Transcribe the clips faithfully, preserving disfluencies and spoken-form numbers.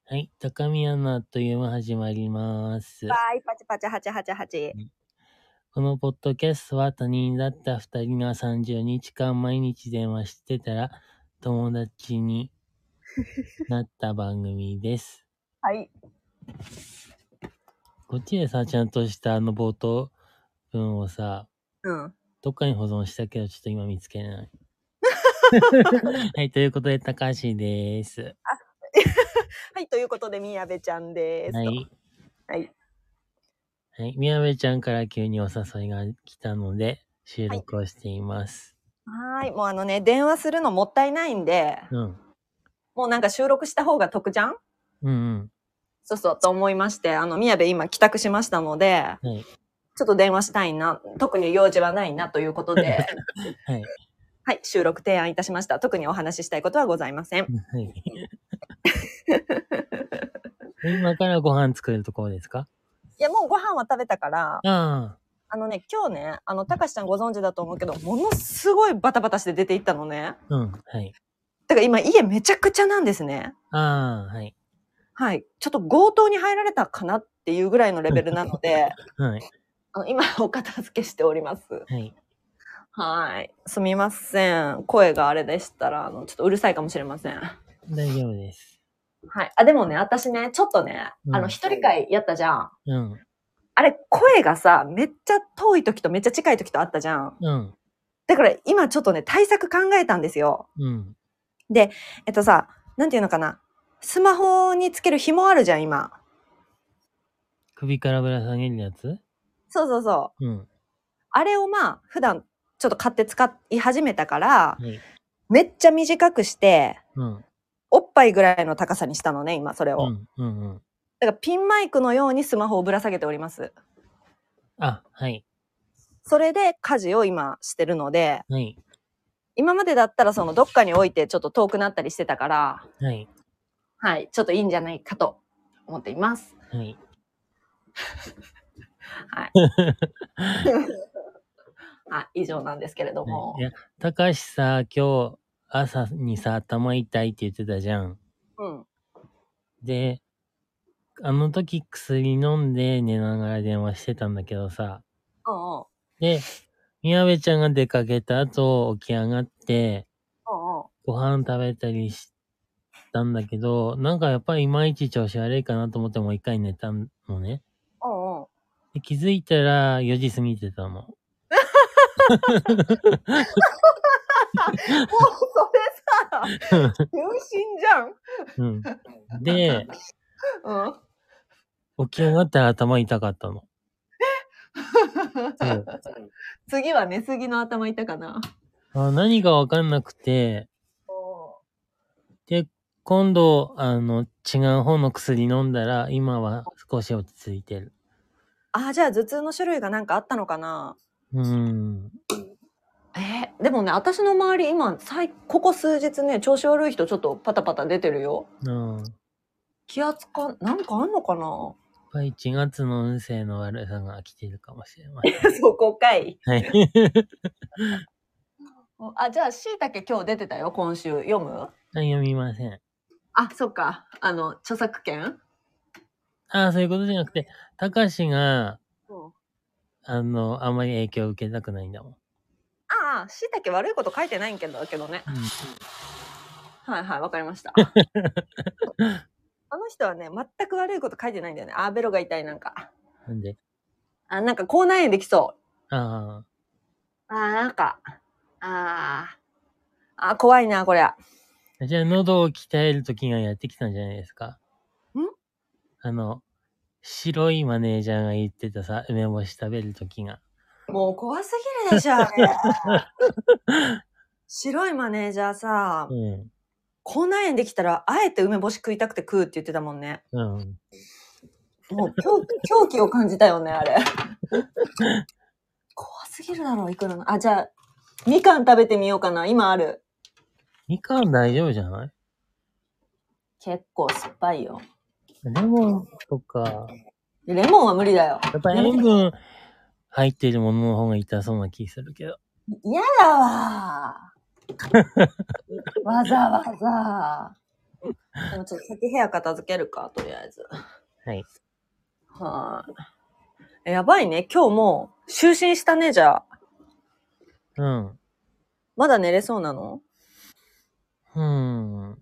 はい、高宮のあっという間始まります。 わーい、パチパチはちはちはち。 このポッドキャストは他人だった二人がさんじゅうにちかん毎日電話してたら友達になった番組です。 はい。 こっちでさ、ちゃんとしたあの冒頭文をさ、 うん。 どっかに保存したけどちょっと今見つけない。はい、ということで高橋です。 はい、ということで、みやべちゃんです。 はい。 はい。 はい。みやべちゃんから急にお誘いが来たので、収録をしています。 はーい。もうあのね、電話するのもったいないんで、 うん。 もうなんか収録した方が得じゃん？ うんうん。 そうそう、と思いまして、あの、みやべ今帰宅しましたので、 はい。 ちょっと電話したいな、特に用事はないなということで、 はい。 はい、収録提案いたしました。特にお話ししたいことはございません。 はい。今からご飯作るところですか？ いや、もうご飯は食べたから、 ああ。 あのね、今日ね、あの、たかしちゃんご存知だと思うけど、ものすごいバタバタして出て行ったのね。 うん。はい。 だから今家めちゃくちゃなんですね。 ああ、はい。 はい。ちょっと強盗に入られたかなっていうぐらいのレベルなので、 はい。 あの今お片付けしております。 はい。 はい。すみません。声があれでしたら、あの、ちょっとうるさいかもしれません。 大丈夫です。 はい。あ、でもね、私ね、ちょっとね、 うん、 あの、一人会やったじゃん。 うん。 あれ、声がさ、めっちゃ遠い時とめっちゃ近い時とあったじゃん。 うん。 だから今ちょっとね、対策考えたんですよ。 うん。 で、えっとさ、なんていうのかな。スマホにつける紐あるじゃん、今。 首からぶら下げるやつ？ そうそうそう。 うん。 あれをまあ、普段ちょっと買って使い始めたから、 はい。 めっちゃ短くして、 うん。 おっぱいぐらいの高さにしたのね、今、それを。 うん。うん。うん。 だからピンマイクのようにスマホをぶら下げております。 あ、はい。 それで家事を今してるので、 はい。 今までだったらそのどっかに置いてちょっと遠くなったりしてたから、 はい。 はい、ちょっといいんじゃないかと思っています。 はい。 はい。はい、以上なんですけれども。 いや、高橋さ、今日朝にさ、頭痛いって言ってたじゃん。 うん。 で、あの時薬飲んで寝ながら電話してたんだけどさ。 うんうん。 で、宮部ちゃんが出かけた後起き上がって、 うんうん。 ご飯食べたりしたんだけど、なんかやっぱりいまいち調子悪いかなと思ってもう一回寝たのね。 うんうん。 で気づいたらよじ過ぎてたの。もうそれさ、入信じゃん。 うん。で、 うん。 起き上がったら頭痛かったの。そう。 次は寝すぎの頭痛かな。 あ、何かわかんなくて、で、今度、あの、違う方の薬飲んだら、今は少し落ち着いてる。 あ、じゃあ頭痛の種類がなんかあったのかな。 うーん。 えー、でもね、私の周り今、最ここ数日ね、調子悪い人ちょっとパタパタ出てるよ。 うん。 気圧か、なんかあんのかな。 やっぱりいちがつの運勢の悪さが来てるかもしれません。 そこかい。 はい。 あ、じゃあ、しいたけ今日出てたよ、今週。読む？ 読みません。 あ、そっか。あの、著作権？ ああ、そういうことじゃなくて、たかしが、 うん。 あの、あんまり影響を受けたくないんだもん。 ああ、しいたけ悪いこと書いてないんけど、けどね。 うん。 はいはい、わかりました。あの人はね、全く悪いこと書いてないんだよね。あー、ベロが痛いなんか。 なんで？ あ、なんか口内炎できそう。 ああー、なんか、あー、あー、怖いな、これ。 あ。じゃあ、喉を鍛えるときがやってきたんじゃないですか？ ん？ あの、白いマネージャーが言ってたさ、梅干し食べるときが。 もう怖すぎるでしょ、あれ。白いマネージャーさ、 うん。 口内炎できたら、あえて梅干し食いたくて食うって言ってたもんね。 うん。 もう狂気、狂気を感じたよね、あれ。怖すぎるだろ、いくらの。あ、じゃあ、みかん食べてみようかな。今ある。 みかん大丈夫じゃない？ 結構酸っぱいよ。 レモンとか、 レモンは無理だよ。 やっぱり塩分入っているものの方が痛そうな気するけど。 嫌だわ。わざわざ。 でもちょっと先部屋片付けるか、とりあえず。 はい。 はい。やばいね。今日もう就寝したね、じゃあ。 うん。 まだ寝れそうなの？ うーん。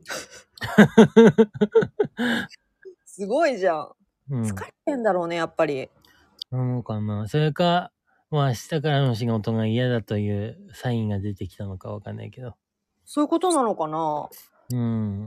すごいじゃん。 うん。 疲れてんだろうね、やっぱり。 なのかな。それか、まあ明日からの仕事が嫌だというサインが出てきたのかわかんないけど。 そういうことなのかな。 うん。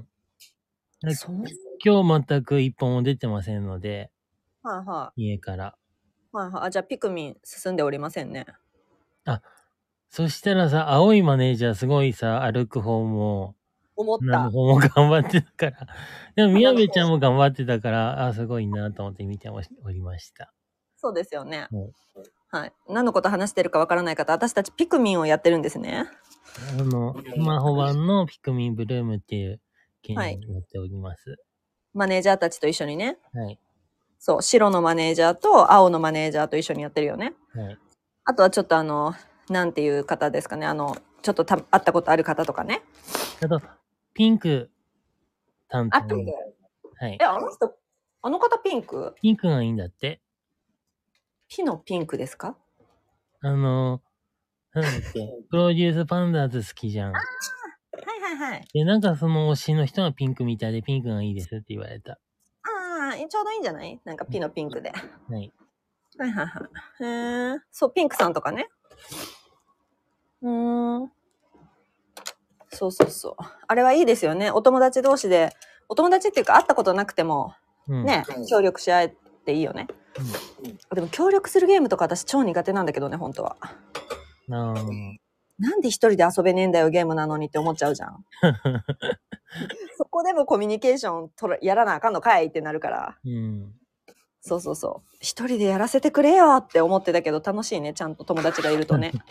そう。 今日全く一歩も出てませんので、 はいはい。 家から。 はいはい。あ、じゃあピクミン進んでおりませんね。 あ、そしたらさ、青いマネージャーすごいさ、歩く方も、 思った。 何の方も頑張ってたから。でも、みやべちゃんも。 も頑張ってたから、あ、すごいなと思って見ておりました。 そうですよね。 はい。 はい。何のこと話してるかわからない方、私たちピクミンをやってるんですね。 あの、スマホ版のピクミンブルームっていうゲームはい。 をやっております。 マネージャーたちと一緒にね。 はい。 そう、白のマネージャーと青のマネージャーと一緒にやってるよね。 はい。 あとはちょっとあの、なんていう方ですかね。あの、ちょっとた会ったことある方とかね。 あと、ピンク担当。 あ、ピンク。 はい。 え、あの人、あの方ピンク？ ピンクがいいんだって。 ピのピンクですか？ あの、なんだっけ、プロデュースパンダーズ好きじゃん。 はいはいはい。 で、なんかその推しの人がピンクみたいでピンクがいいですって言われた。 ああ、ちょうどいいんじゃない？なんかピのピンクで。 はい。 はいはいはい。へえ。そう、ピンクさんとかね。うーん。そうそうそう。あれはいいですよね。お友達同士で、お友達っていうか会ったことなくても、 うん、 ね、協力し合えていいよね。 うん。 でも協力するゲームとか私超苦手なんだけどね、本当は。 あなんで一人で遊べねえんだよ、ゲームなのにって思っちゃうじゃん。そこでもコミュニケーション取らやらなあかんのかいってなるから。 うん。 そうそうそう。一人でやらせてくれよって思ってたけど楽しいね、ちゃんと友達がいるとね。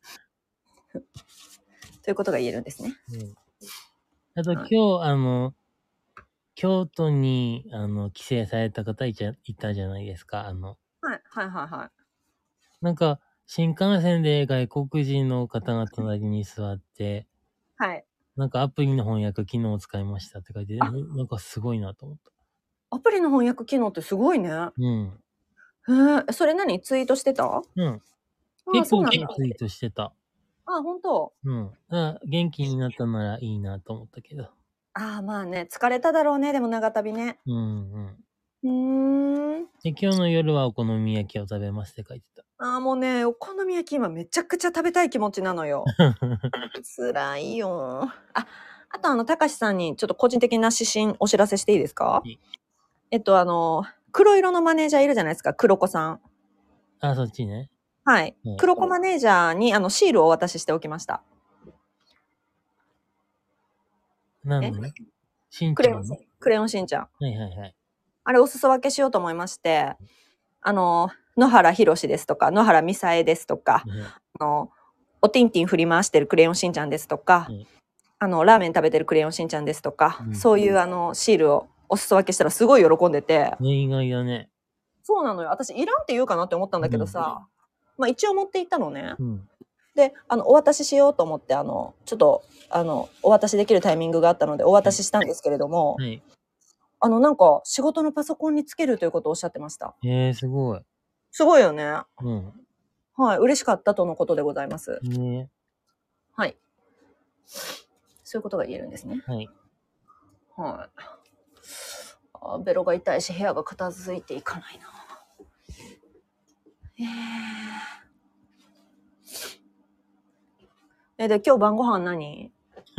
ということが言えるんですね。 うん、あと今日、はい、あの、京都に、あの、帰省された方いちゃいたじゃないですか、あの。 はい、はい、はい、はい。 なんか、新幹線で外国人の方が隣に座って、 はい。 なんかアプリの翻訳機能を使いましたって書いて、なんかすごいなと思った。 アプリの翻訳機能ってすごいね。 うん。 へえ、それ何ツイートしてた？ うん。結構ツイートしてた。 あ、本当。 うん。あ、元気になったならいいなと思ったけど。 ああ、まあね、疲れただろうね、でも長旅ね。 うんうん。 うーん。 で、今日の夜はお好み焼きを食べますって書いてた。 ああ、もうね、お好み焼き今めちゃくちゃ食べたい気持ちなのよ。辛いよ。あ、あとあの、たかしさんにちょっと個人的な指針お知らせしていいですか？えっと、あの、黒色のマネージャーいるじゃないですか、黒子さん。 あ、そっちね。 はい。 はい、 黒子マネージャーにあの、シールをお渡ししておきました。 何のしんちゃんのクレヨンしんちゃん。 はいはいはい。 あれお裾分けしようと思いまして、あの、野原ひろしですとか、野原みさえですとか、うん、あの、おティンティン振り回してるクレヨンしんちゃんですとか、うん、あの、ラーメン食べてるクレヨンしんちゃんですとか、うん、そういうあの、シールをお裾分けしたらすごい喜んでて。 ね、意外だね。 そうなのよ。私、いらんって言うかなって思ったんだけどさ、うん、まあ一応持って行ったのね。うん、で、あの、お渡ししようと思って、あの、ちょっと、あの、お渡しできるタイミングがあったので、お渡ししたんですけれども、はい、あの、なんか、仕事のパソコンにつけるということをおっしゃってました。 へえ、すごい。 すごいよね。 うん。 はい、嬉しかったとのことでございます。 ね。 はい。そういうことが言えるんですね。 はい。 はい。あ、ベロが痛いし、部屋が片付いていかないな。えー、え、で、今日晩ご飯何？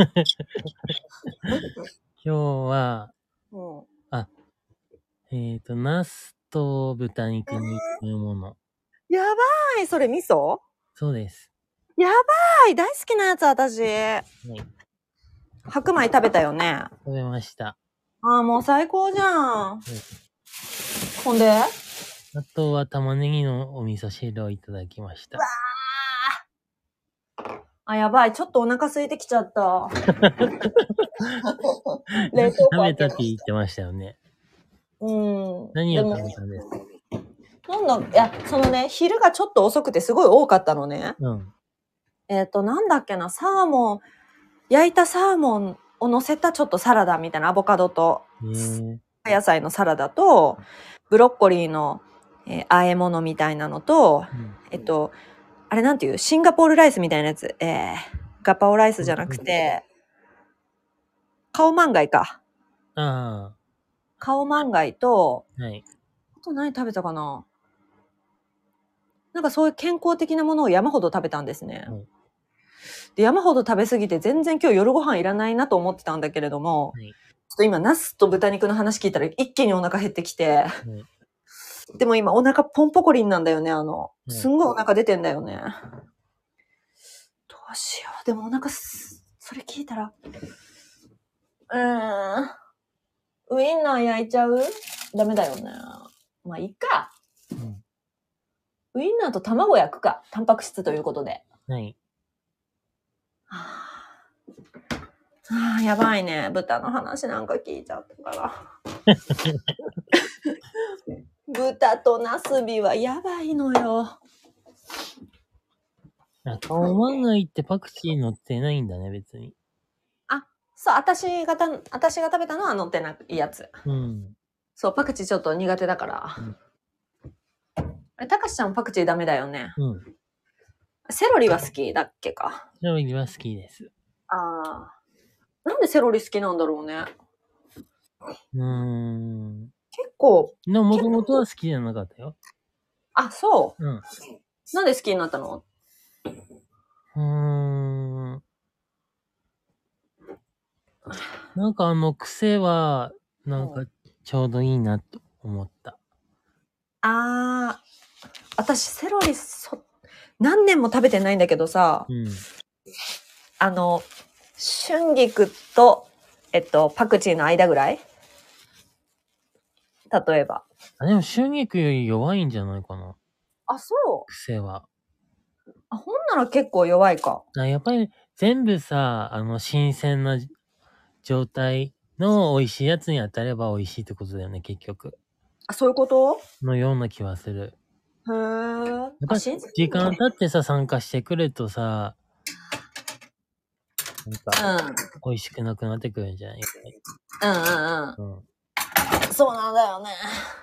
今日は、 うん、あ、 えっと、ナスと豚肉にというもの。 やばい、それ味噌？ そうです。 やばい、大好きなやつ、私。はい。白米食べたよね。 食べました。 ああ、もう最高じゃん。うん、ほんで？あとは玉ねぎのお味噌汁をいただきました。 わー。あ、やばい。ちょっとお腹空いてきちゃった。冷凍庫食べたって言ってましたよね。 うん。 何を食べたんですか？ なんだ、いや、そのね、昼がちょっと遅くてすごい多かったのね。うん。えっと、なんだっけな、サーモン、焼いたサーモンを乗せたちょっとサラダみたいな、アボカドと野菜のサラダと、ブロッコリーの、えー、和え物みたいなのと、うん、えっと、あれなんていうシンガポールライスみたいなやつ。えー、ガパオライスじゃなくて、カオマンガイか。 ああ。 カオマンガイと、 はい。 あと何食べたかな？なんかそういう健康的なものを山ほど食べたんですね。はい、で、山ほど食べ過ぎて全然今日夜ご飯いらないなと思ってたんだけれども、はい、ちょっと今、ナスと豚肉の話聞いたら一気にお腹減ってきて、はい、でも今お腹ポンポコリンなんだよね、あの、すんごいお腹出てんだよね。どうしよう。でもお腹す、それ聞いたら、うーん、ウインナー焼いちゃう？ダメだよね。まあいいか。うん、ウインナーと卵焼くか。タンパク質ということで。 はい。 はあ、あ、やばいね。豚の話なんか聞いちゃったから。豚とナスビはやばいのよ。 カオマンガイってパクチー乗ってないんだね、別に。 あ、そう、私がた、私が食べたのは乗ってないやつ。 うん。 そう、パクチーちょっと苦手だから。うん、あれ、たかしちゃんもパクチーダメだよね。 うん。 セロリは好きだっけか。 セロリは好きです。 ああ。なんでセロリ好きなんだろうね。 うーん。 結構。 でも、もともとは好きじゃなかったよ。 あ、そう。 うん。 なんで好きになったの？ うーん。なんかあの癖は、なんかちょうどいいなと思った。 ああ。私、セロリそ、何年も食べてないんだけどさ、うん、あの、春菊と、えっと、パクチーの間ぐらい？例えば。 あ、でも春菊より弱いんじゃないかな。 あ、そう。 癖は。 あ、ほんなら結構弱いか。 あ、やっぱり全部さ、あの、新鮮な状態の美味しいやつに当たれば美味しいってことだよね、結局。 あ、そういうこと？ のような気はする。 へー。 やっぱ時間経ってさ、参加してくるとさ、なんか、美味しくなくなってくるんじゃない？ うんうんうん。うん、そうなんだよね。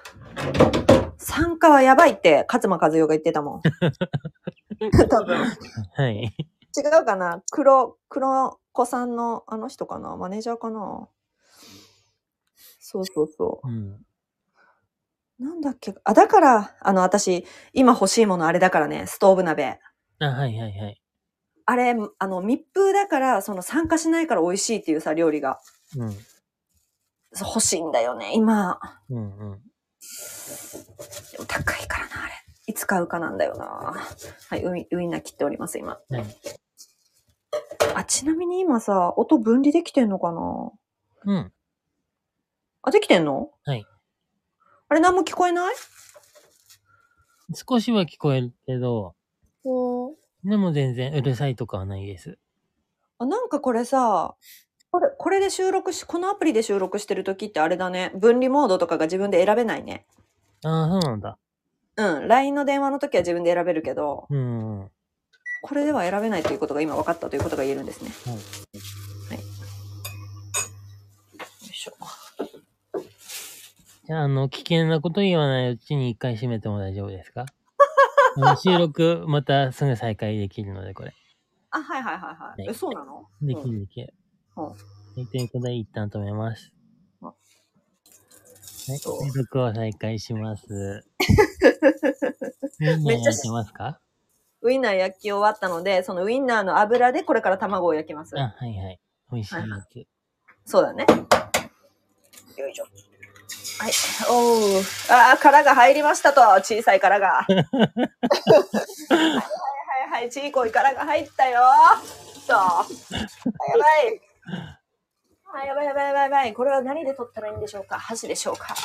参加はやばいって勝間和代が言ってたもん。多分。 はい。 違うかな？黒、黒子さんのあの人かな？マネージャーかな？そうそうそう。うん、なんだっけ？あ、だから、あの、私、今欲しいものあれだからね、ストーブ鍋。 あ、はいはいはい。 あれ、あの、密封だから、その酸化しないから美味しいっていうさ、料理が。うん。欲しいんだよね、今。うんうん。でも高いからな、あれ。いつ買うかなんだよな。はい、ウイウインナー切っております、今。はい。あ、ちなみに今さ、音分離できてんのかな？うん。あ、できてんの？はい。あれ、何も聞こえない？ 少しは聞こえるけど、でも全然うるさいとかはないです。 あ、なんかこれさ、これ、これで収録し、このアプリで収録してるときってあれだね。分離モードとかが自分で選べないね。 ああ、そうなんだ。 うん。ライン の電話のときは自分で選べるけど、うん。これでは選べないということが今分かったということが言えるんですね。はい。はい。よいしょ。 じゃあ、あの、危険なこと言わないうちに一回閉めても大丈夫ですか？収録、またすぐ再開できるので、これ。 あ、はいはいはいはい。はい、え、そうなの？ できるできる。うん。はい、ということで、一旦止めます。はい、収録を再開します。ウインナー焼いてますか？ ウインナー焼き終わったので、そのウインナーの油でこれから卵を焼きます。 あ、はいはい。美味しいやつ。はい、 そうだね。よいしょ。はい。おー。ああ、殻が入りましたと。小さい殻が。はいはいはいはい。ちいこい殻が入ったよ。と。やばい。あ、やばいやばいやばいやばい。これは何で取ったらいいんでしょうか？箸でしょうか？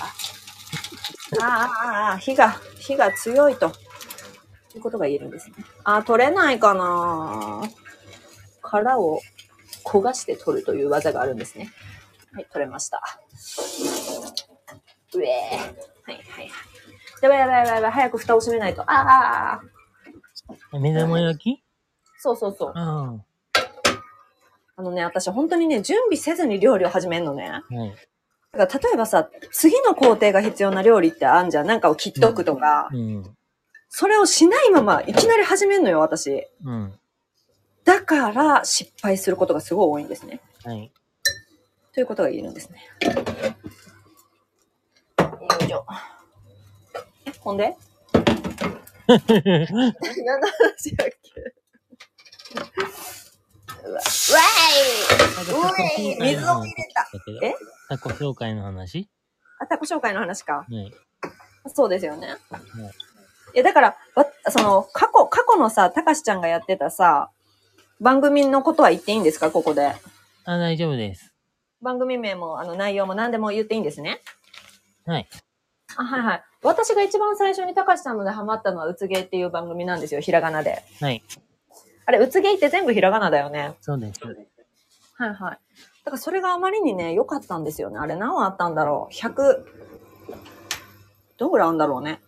ああ、火が、火が強いと。いうことが言えるんですね。あ、取れないかな。殻を焦がして取るという技があるんですね。はい、取れました。うえー。はいはいはい。やばいやばいやばいやばい。早く蓋を閉めないと。ああ。 目玉焼き？ そうそうそう。ああのね、私本当にね、準備せずに料理を始めるのね。 はい。 だから例えばさ、次の工程が必要な料理ってあんじゃん。なんかを切っとくとか。 うん。うん、 それをしないままいきなり始めるのよ、私。 うん。 だから失敗することがすごい多いんですね。 はい。 ということが言えるんですね。よいしょ。え、ほんで何の話やっけうわ、わーい、うわい、水を入れた。えタコ紹介の話？ あ、タコ紹介の話か。 はい。 そうですよね。はい。 いや、だから、わその、過去、過去のさ、たかしちゃんがやってたさ、番組のことは言っていいんですか、ここで。 あ、大丈夫です。 番組名も、あの、内容も何でも言っていいんですね。 はい。 あ、はいはい。私が一番最初にたかしさんのでハマったのは、うつげーっていう番組なんですよ、ひらがなで。 はい。 あれ、うつげーって全部ひらがなだよね。 そうです。 はいはい。だからそれがあまりにね、良かったんですよね。あれ何話あったんだろう。ひゃく、どんぐらいあるんだろうね。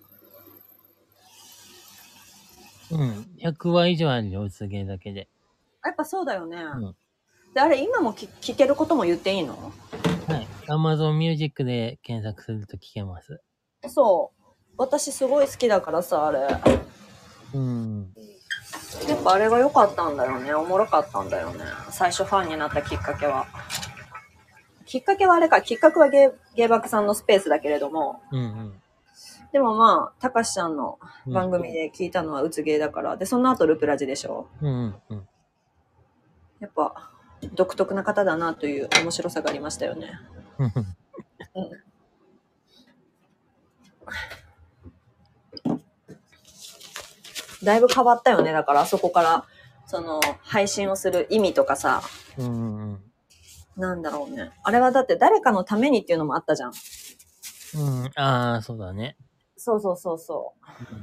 うん。ひゃくわ以上あるよ、うつげだけで。 やっぱそうだよね。 うん。 で、あれ今も聞聞けることも言っていいの？ はい。Amazon Music で検索すると聞けます。 そう。私すごい好きだからさ、あれ。 うん。 やっぱあれが良かったんだよね。おもろかったんだよね。最初ファンになったきっかけは。きっかけはあれか。きっかけはゲゲーバックさんのスペースだけれども。 うんうん。 でもまあ、たかしちゃんの番組で聞いたのはうつゲーだから。で、その後ルプラジでしょ。 うんうんうん。 やっぱ、独特な方だなという面白さがありましたよね。うん。だいぶ変わったよね。だからあそこからその配信をする意味とかさ、 うんうん、 なんだろうね。あれはだって誰かのためにっていうのもあったじゃん。 うん、ああ、そうだね。 そうそうそうそう。 うん、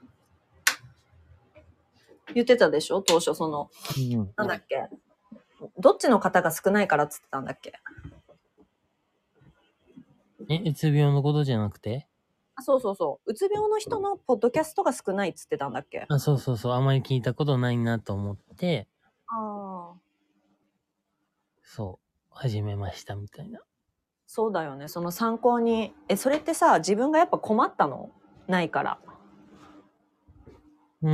言ってたでしょ当初その、うん、なんだっけ。どっちの方が少ないからっつってたんだっけ。 え、うつ病のことじゃなくて？ あ、そうそうそう。うつ病の人のポッドキャストが少ないっつってたんだっけ。 あ、そうそうそう。あまり聞いたことないなと思って、 ああ。 そう、始めましたみたいな。 そうだよね。その参考に。え、それってさ、自分がやっぱ困ったの？ないから。 うん。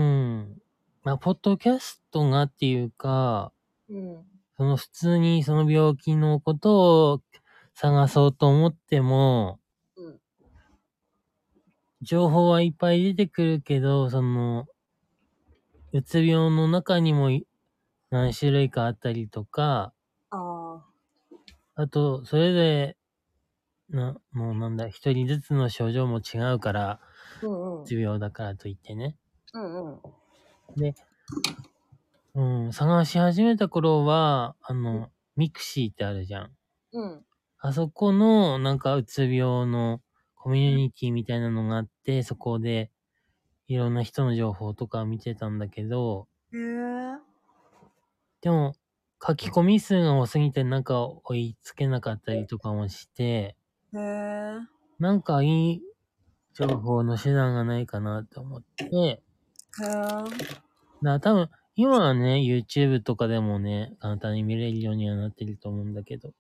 まあ、ポッドキャストがっていうか、うん、その普通にその病気のことを探そうと思っても、うん、情報はいっぱい出てくるけど、その、うつ病の中にも何種類かあったりとか、ああと、それぞれ、な、もうなんだ、一人ずつの症状も違うから、うんうん、うつ病だからといってね。うんうん。で、うん、探し始めた頃は、あの、うん、ミクシーってあるじゃん。うん。あそこの、なんか、うつ病のコミュニティみたいなのがあって、そこで、いろんな人の情報とか見てたんだけど、へぇ。でも、書き込み数が多すぎて、なんか追いつけなかったりとかもして、へぇ。なんかいい情報の手段がないかなって思って、へぇ。だ多分、今はね、YouTube とかでもね、簡単に見れるようにはなってると思うんだけど、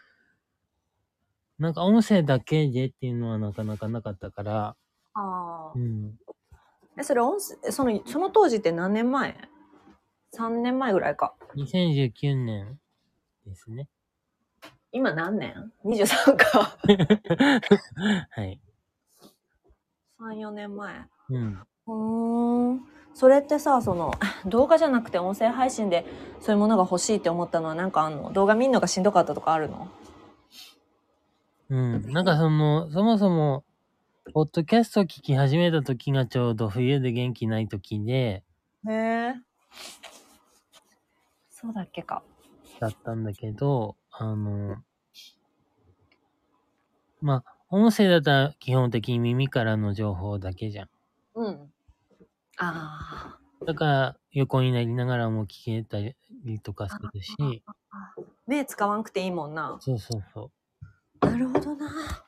なんか音声だけでっていうのはなかなかなかったから、ああ。うん。 え、それ音声、その、その当時って何年前 ?さん 年前ぐらいか。 にせんじゅうきゅうねんですね。 今何年 ?にじゅうさん か。 はい。 さん、よねんまえ。 うん。 ふーん。それってさ、その、動画じゃなくて音声配信でそういうものが欲しいって思ったのはなんかあんの？動画見んのがしんどかったとかあるの？ うん。なんかその、そもそも、ポッドキャストを聞き始めた時がちょうど冬で元気ない時で、へえ。 そうだっけか。 だったんだけど、あの、まあ、音声だったら基本的に耳からの情報だけじゃん。うん。ああ。だから、横になりながらも聞けたりとかするし。 目使わんくていいもんな。 そうそうそう。 なるほどな。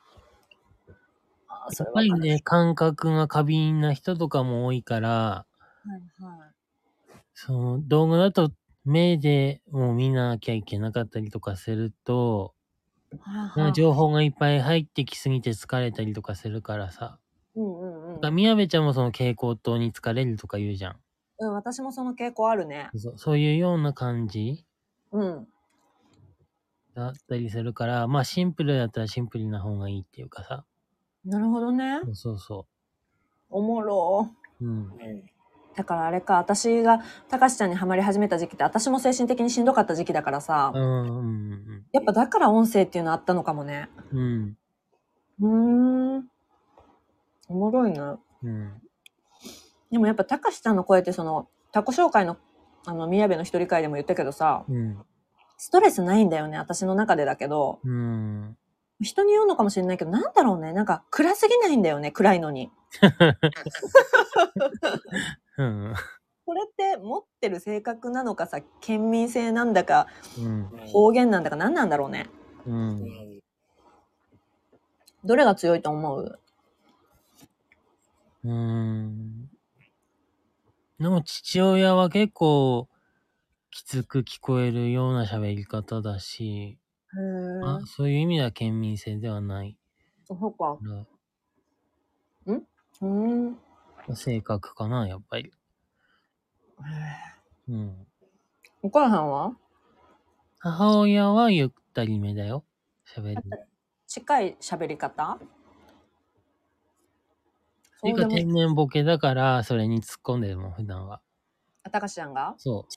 あ、やっぱりね、感覚が過敏な人とかも多いから、はいはい。その動画だと目でもう見なきゃいけなかったりとかすると、はあ、情報がいっぱい入ってきすぎて疲れたりとかするからさ。うんうんうん。宮部ちゃんもその蛍光灯に疲れるとか言うじゃん。 うん、私もその傾向あるね。 そう、そういうような感じうん。だったりするから、まあシンプルだったらシンプルな方がいいっていうかさ。 なるほどね。 そうそう。 おもろ。うん。だからあれか、私がたかしちゃんにハマり始めた時期って、私も精神的にしんどかった時期だからさ。うんうんうん。やっぱだから音声っていうのあったのかもね。うん。うーん。おもろいな。うん。でもやっぱたかしちゃんの声ってその、他己紹介の、あの、宮部の一人会でも言ったけどさ、うん。ストレスないんだよね、私の中でだけど。うん。人に言うのかもしれないけど、なんだろうね。なんか暗すぎないんだよね、暗いのに。うん、これって持ってる性格なのかさ、県民性なんだか、うん、方言なんだか何なんだろうね。うん。どれが強いと思う？ うーん。でも父親は結構きつく聞こえるような喋り方だし、あ、そういう意味では県民性ではない。 そうか。ん？うん。 性格かな、やっぱり。うん。 お母さんは？ 母親はゆったりめだよ。喋り。 近い喋り方？ ていうか天然ボケだから、それに突っ込んでるもん、普段は。 あたかしちゃんが？ そう。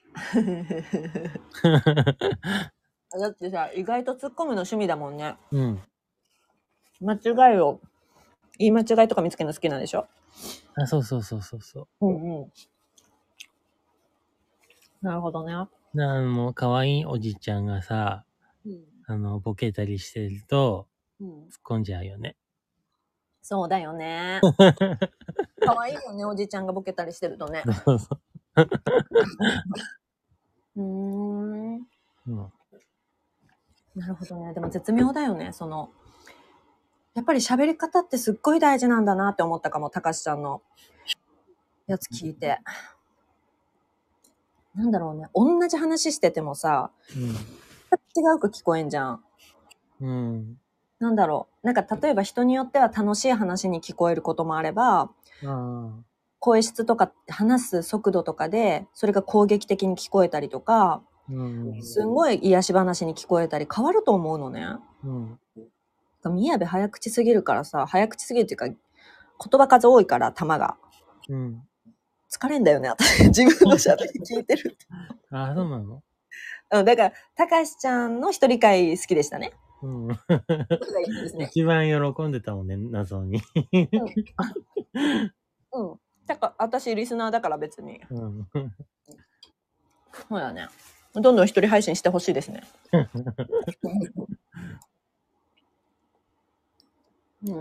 だってさ、意外と突っ込むの趣味だもんね。うん。間違いを、言い間違いとか見つけるの好きなんでしょ？ あ、そうそうそうそうそう。 うんうん。なるほどね。あの、可愛いおじちゃんがさ、うん、あの、ボケたりしてると、うん、突っ込んじゃうよね。 そうだよね。可愛いよね、おじちゃんがボケたりしてるとね。そうそう。うーん。うん。なるほどね。でも絶妙だよね、その。やっぱり喋り方ってすっごい大事なんだなって思ったかも、たかしちゃんのやつ聞いて。なんだろうね。同じ話しててもさ、うん、違うく聞こえんじゃん。うん。なんだろう。なんか例えば人によっては楽しい話に聞こえることもあれば、あ声質とか話す速度とかで、それが攻撃的に聞こえたりとか、うん、すんごい癒し話に聞こえたり変わると思うのね。うん。宮部早口すぎるからさ、早口すぎるっていうか、言葉数多いから玉が。うん。疲れんだよね、私。自分の喋り聞いてる。 あ、そうなの？ うん、だから、たかしちゃんの一人会好きでしたね。うん。ね、 一番喜んでたもんね、謎に。 うん。うん。だから、私リスナーだから別に。うん。そうだね。どんどん一人配信してほしいですね。うん。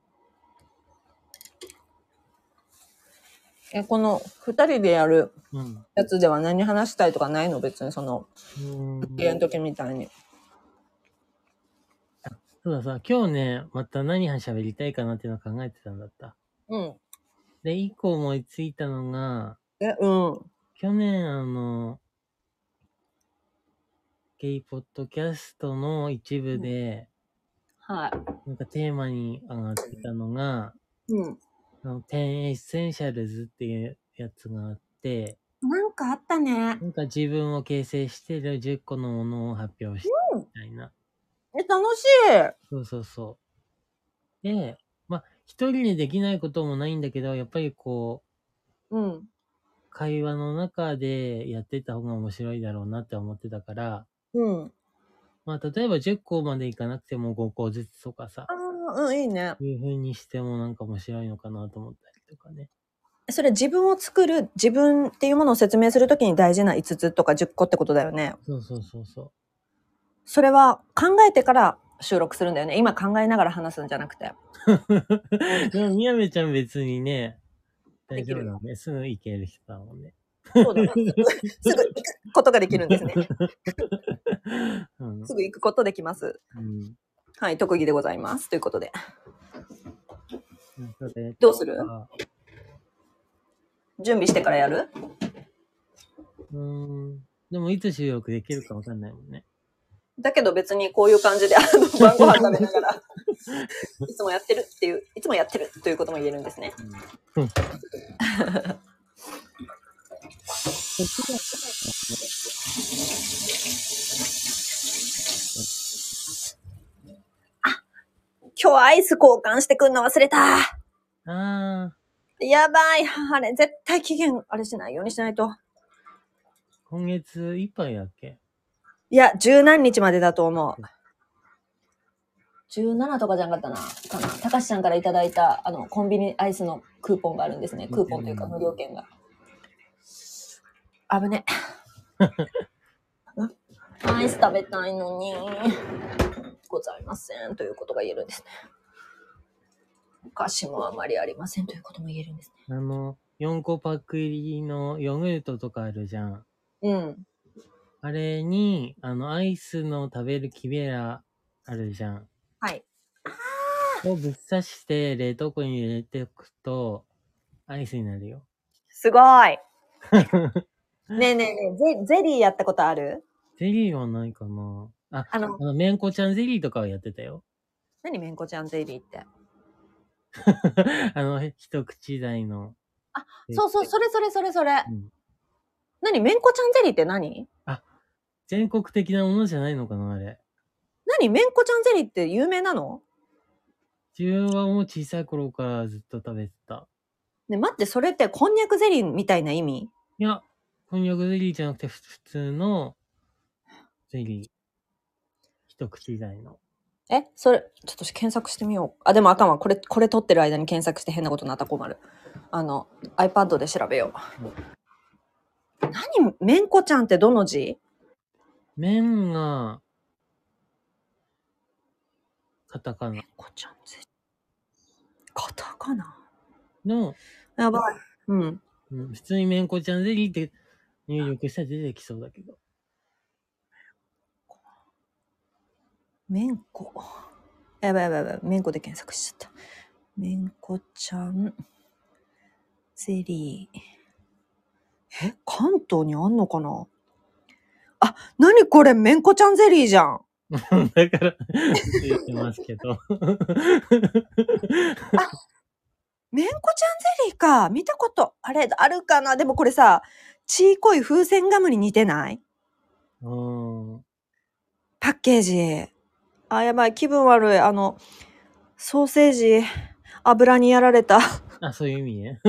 え、この二人でやるやつでは何話したいとかないの？別にその、家の時みたいに。 そうださ、今日ね、また何喋りたいかなっていうのを考えてたんだった。うん。で、一個思いついたのが、 え、うん。 去年あの、ゲイポッドキャストの一部で、うん、はい。なんかテーマに上がってたのが、うん。あの、テンエッセンシャルズっていうやつがあって、 なんかあったね。 なんか自分を形成してるじゅっこのものを発表したみたいな。 うん、え、楽しい。 そうそうそう。で、まあ、一人でできないこともないんだけど、やっぱりこう、うん。会話の中でやってた方が面白いだろうなって思ってたから、うん。まあ、例えばじゅっこまでいかなくてもごこずつとかさ。 ああ、うん、いいね。 いう風にしてもなんか面白いのかなと思ったりとかね。 それ自分を作る、自分っていうものを説明するときに大事ないつつとかじゅっこってことだよね。 そうそうそうそう。 それは考えてから収録するんだよね。今考えながら話すんじゃなくて。 でも、みやべちゃん別にね、大丈夫だね。すぐ行ける人だもんね。そうだ。 すぐ行くことができるんですね。うん、すぐ行くことできます。うん、はい、特技でございます。ということで。どうする？準備してからやる？ うーん。でもいつ収録できるかわかんないもんね。 だけど別にこういう感じで、あの、晩ご飯食べながら、いつもやってるっていう、いつもやってるということも言えるんですね。うん。あ、今日アイス交換してくんの忘れた。ああ。やばい。あれ、絶対期限、あれしないようにしないと。 今月いっぱいだっけ？ いや、十何日までだと思う。じゅうななとかじゃなかったな。かな。たかしさんからいただいた、あの、コンビニアイスのクーポンがあるんですね。クーポンというか無料券が。危ね。アイス食べたいのに、ございませんということが言えるんですね。お菓子もあまりありませんということも言えるんですね。 あの、よんこパック入りのヨーグルトとかあるじゃん。うん。あれに、あの、アイスの食べる木べらあるじゃん。はい。をぶっ刺して冷凍庫に入れておくと、アイスになるよ。 すごい。ねえねえねえ、ゼ、ゼリーやったことある？ ゼリーはないかな。あ、あの、あのめんこちゃんゼリーとかはやってたよ。 何めんこちゃんゼリーって。 あの、一口大の。 あ、そうそう、それそれそれそれ。うん、何めんこちゃんゼリーって何？ あ、全国的なものじゃないのかな、あれ。 何めんこちゃんゼリーって有名なの？ 自分はもう小さい頃からずっと食べてた。 ね、待って、それってこんにゃくゼリーみたいな意味？ いや、こんにゃくゼリーじゃなくて普通のゼリー。一口大の。 え、それ、ちょっと検索してみよう。あ、でもあかんわ。これ、これ撮ってる間に検索して変なことになったら困る。あの、iPad で調べよう。うん、何めんこちゃんってどの字？ 麺が、カタカナ。めんこちゃんゼリー。カタカナの、 やばい。うん。 うん、普通にめんこちゃんゼリーって入力したら出てきそうだけど。 めんこ。やばいやばいやばい。めんこで検索しちゃった。めんこちゃんゼリー。え、関東にあんのかな？あ、なにこれめんこちゃんゼリーじゃん。 だから、言ってますけど。あ、 めんこちゃんゼリーか。見たこと、あれ、あるかな？でもこれさ、ちいこい風船ガムに似てない？うん。パッケージ。あ、やばい。気分悪い。あの、ソーセージ、油にやられた。 あ、そういう意味ね。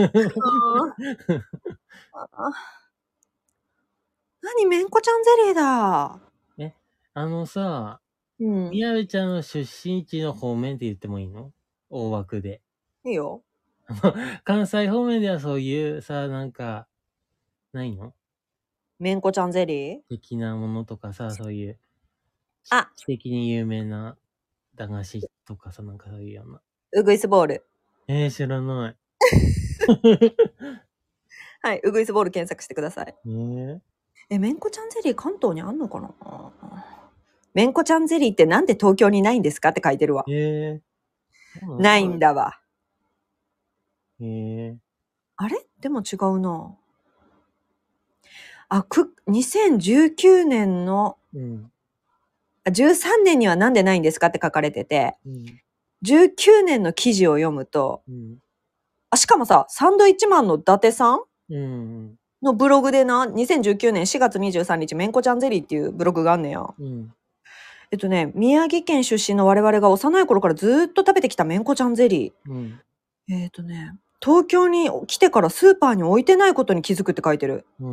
何めんこちゃんゼリーだ。 え、あのさ、うん。みやべちゃんの出身地の方面って言ってもいいの？大枠で。 いいよ。 関西方面ではそういうさ、なんか、ないの？ めんこちゃんゼリー的なものとかさ、そういう、 あ、 地的に有名な駄菓子とかさ、なんかそういうような。 うぐいすボール。 えー、知らない。 はい、うぐいすボール検索してください。 えー、 え、めんこちゃんゼリー関東にあんのかな？めんこちゃんゼリーってなんで東京にないんですかって書いてるわ。 えー、 ないんだわ。 えー、 あれでも違うな。あ、く、にせんじゅうきゅうねんの、うん、じゅうさんねんにはなんでないんですかって書かれてて、うん、じゅうきゅうねんの記事を読むと、うん、あ、しかもさ、サンドイッチマンの伊達さん、うん、のブログでな、にせんじゅうきゅうねんしがつにじゅうさんにち、めんこちゃんゼリーっていうブログがあんねや。うん、えっとね、宮城県出身の我々が幼い頃からずっと食べてきためんこちゃんゼリー。うん、えっとね、東京に来てからスーパーに置いてないことに気づくって書いてる。うん、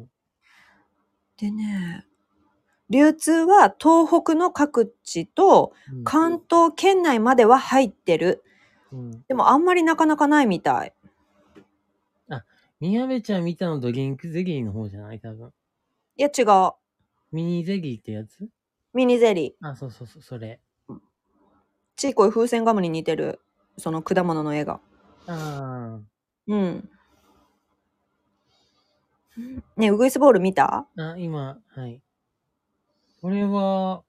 でね、流通は東北の各地と関東圏内までは入ってる。うん、でもあんまりなかなかないみたい。 あ、みやべちゃん見たのドリンクゼリーの方じゃない？多分。 いや違う。 ミニゼリーってやつ？ ミニゼリー。あ、そうそうそう、それ。 ちいこい風船ガムに似てる、その果物の絵が。 ああ。 うん。ねえ、ウグイスボール見た？ あ、今、はい。これは、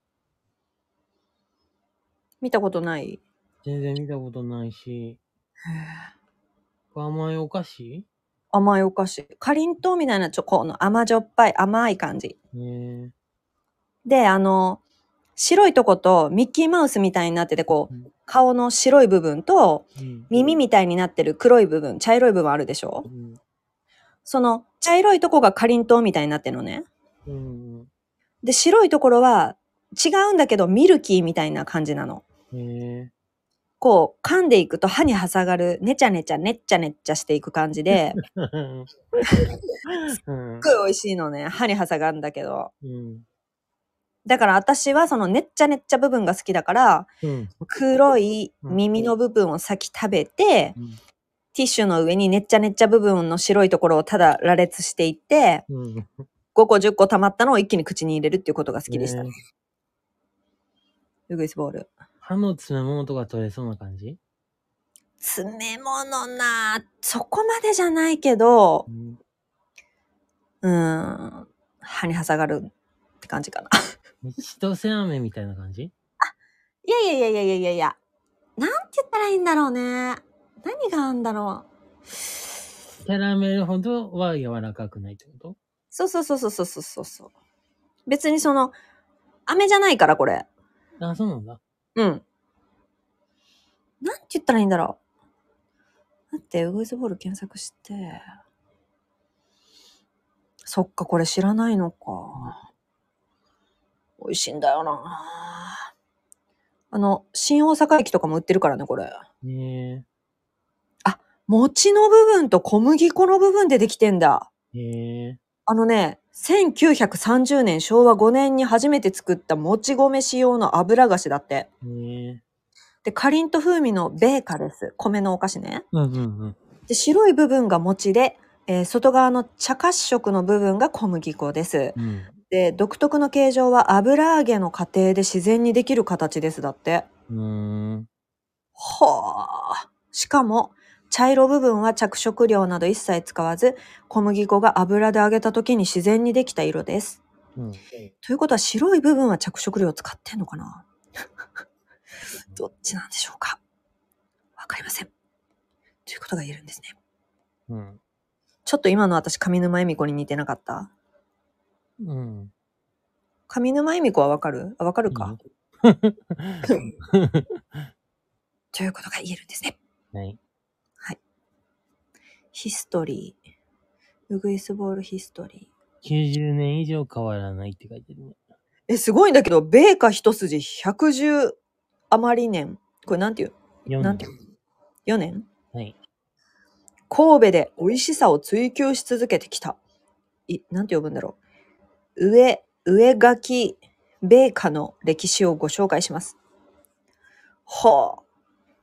見たことない？ 全然見たことないし。へぇ。甘いお菓子？ 甘いお菓子。かりんとうみたいなチョコの甘じょっぱい甘い感じ。 へで、あの、白いとことミッキーマウスみたいになってて、こう、うん、顔の白い部分と、うん、耳みたいになってる黒い部分、茶色い部分あるでしょ、うん、その茶色いとこがかりんとうみたいになってるのね。うん、で、白いところは違うんだけどミルキーみたいな感じなの。へこう、噛んでいくと歯に挟がる、ねちゃねちゃ、ねっちゃねっちゃしていく感じで、すっごい美味しいのね。歯に挟がるんだけど。うん、だから私はそのねっちゃねっちゃ部分が好きだから、うん、黒い耳の部分を先食べて、うん、ティッシュの上にねっちゃねっちゃ部分の白いところをただ羅列していって、うん、ごこじゅっこ溜まったのを一気に口に入れるっていうことが好きでした。ウグイスボール。 歯の詰め物とか取れそうな感じ？ 詰め物なそこまでじゃないけど、うん、うーん歯に挟がるって感じかな。 千歳飴みたいな感じ？ あ、いやいやいやいやいやいやいや。なんて言ったらいいんだろうね。何があんだろう。 キャラメルほどは柔らかくないってこと？ そうそうそうそうそうそうそう。別にその、飴じゃないからこれ。 あ、そうなんだ。 うん。なんて言ったらいいんだろう。待って、ウグイスボール検索して。そっか、これ知らないのか。うん、美味しいんだよな。あの、新大阪駅とかも売ってるからね、これ。へあ、餅の部分と小麦粉の部分でできてんだ。へあのね、せんきゅうひゃくさんじゅうねん、しょうわごねんに初めて作ったもち米仕様の油菓子だって。へで、かりんと風味のベーカです。米のお菓子ね。うんうんうん、で白い部分が餅で、えー、外側の茶褐色の部分が小麦粉です。うん、で、独特の形状は油揚げの過程で自然にできる形です。だって。うーんはあ。しかも、茶色部分は着色料など一切使わず、小麦粉が油で揚げた時に自然にできた色です。うん、ということは白い部分は着色料を使ってんのかなどっちなんでしょうかわかりません。ということが言えるんですね。うん、ちょっと今の私、上沼恵美子に似てなかった？うん。上沼恵美子はわかる？あ、わかるか、うん、ということが言えるんですね。はい。はい。ヒストリー。ウグイスボールヒストリー。きゅうじゅうねん以上変わらないって書いてるね。 え、すごいんだけど、米花一筋ひゃくじゅう余り年。これなんていう？なんていう？よねん？はい。神戸で美味しさを追求し続けてきた。い、なんて呼ぶんだろう。上、上書き米花の歴史をご紹介します。はあ。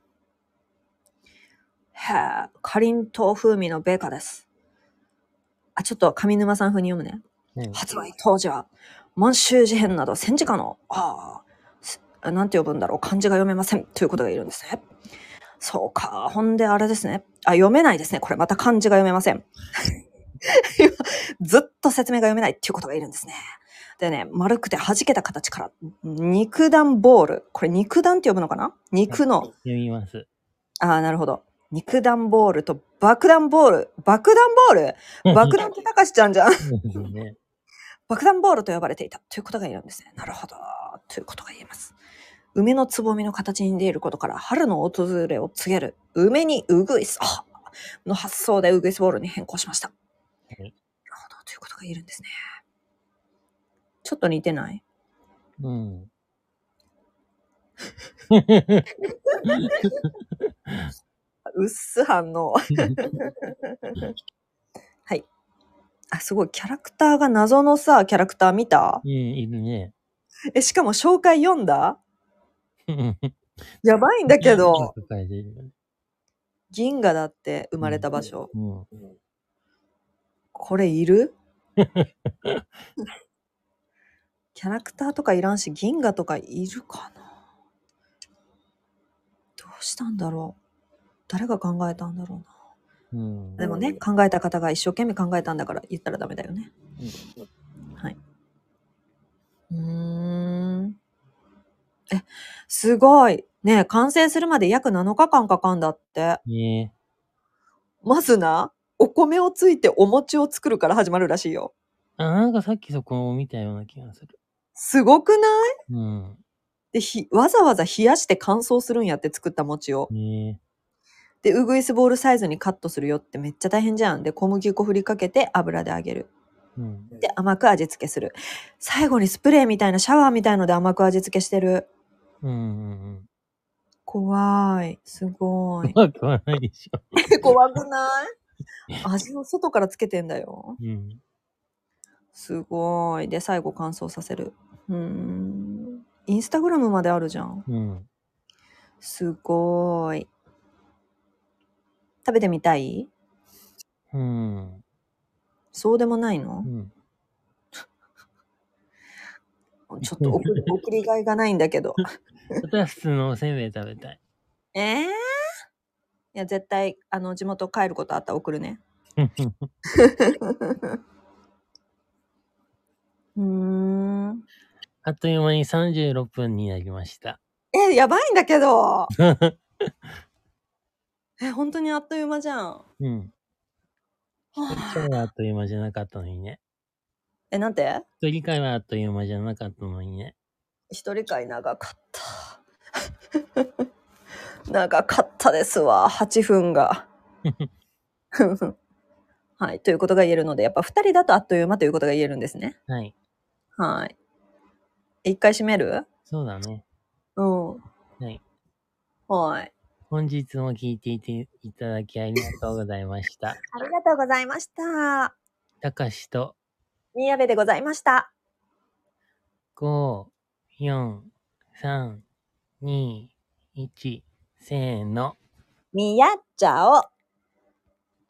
はあ、かりんとう風味の米花です。あ、ちょっと上沼さん風に読むね。うん、発売当時は、満州事変など戦時下の、ああ、なんて呼ぶんだろう、漢字が読めませんということがいるんですね。そうか、ほんであれですね。あ、読めないですね。これまた漢字が読めません。ずっと説明が読めないっていうことがいるんですね。でね、丸くて弾けた形から、肉弾ボール。これ肉弾って呼ぶのかな？肉の。 読みます。 ああ、なるほど。肉弾ボールと爆弾ボール。爆弾ボール爆弾って高しちゃんじゃん。ね、爆弾ボールと呼ばれていたということが言えるんですね。なるほど。ということが言えます。梅のつぼみの形に出ることから春の訪れを告げる梅にウグイスの発想でウグイスボールに変更しました。はい、なるほど。ということが言えるんですね。ちょっと似てない？うん。うっす反応。はい。あ、すごい。キャラクターが謎のさ、キャラクター見た？ うん、いるね。 え、しかも紹介読んだ？やばいんだけど。銀河だって生まれた場所。うんうん、これいる？キャラクターとかいらんし、銀河とかいるかな？どうしたんだろう？誰が考えたんだろうな。うん、でもね、考えた方が一生懸命考えたんだから言ったらダメだよね。うん、はい。うーん。え、すごい。ね、完成するまで約なのかかんかかんだって。ね、まずな、 お米をついてお餅を作るから始まるらしいよ。 あ、なんかさっきそこを見たような気がする。 すごくない？ うん。 で、ひ、わざわざ冷やして乾燥するんやって作った餅を。 ねで、ウグイスボールサイズにカットするよってめっちゃ大変じゃん。で、小麦粉振りかけて油で揚げる。 うん。 で、甘く味付けする。最後にスプレーみたいなシャワーみたいので甘く味付けしてる。 うんうんうん。 怖い。すごい。 怖くはないでしょ。 怖くない？味を外からつけてんだよ。 うん。 すごい。で、最後乾燥させる。うーん。インスタグラムまであるじゃん。 うん。 すごい。食べてみたい？ うん。 そうでもないの？ うん。 ちょっと送り、送りがいがないんだけど。 私は普通のおせんべい食べたい。 ええー、いや、絶対、あの、地元帰ることあったら送るね。うーん。 あっという間にさんじゅうろっぷんになりました。 え、やばいんだけど。え、本当にあっという間じゃん。 うん。一人会はあっという間じゃなかったのにね。 え、なんて？ 一人会はあっという間じゃなかったのにね。 一人会長かった。長かったですわ。はちふんが。はい。ということが言えるので、やっぱ二人だとあっという間ということが言えるんですね。 はい。 はい。一回閉める？ そうだね。 うん。 はい。 はい。 本日も聞いていていただきありがとうございました。 ありがとうございました。 たかしと宮部でございました。 ご、よん、さん、に、いち、せーの。 みやっちゃお。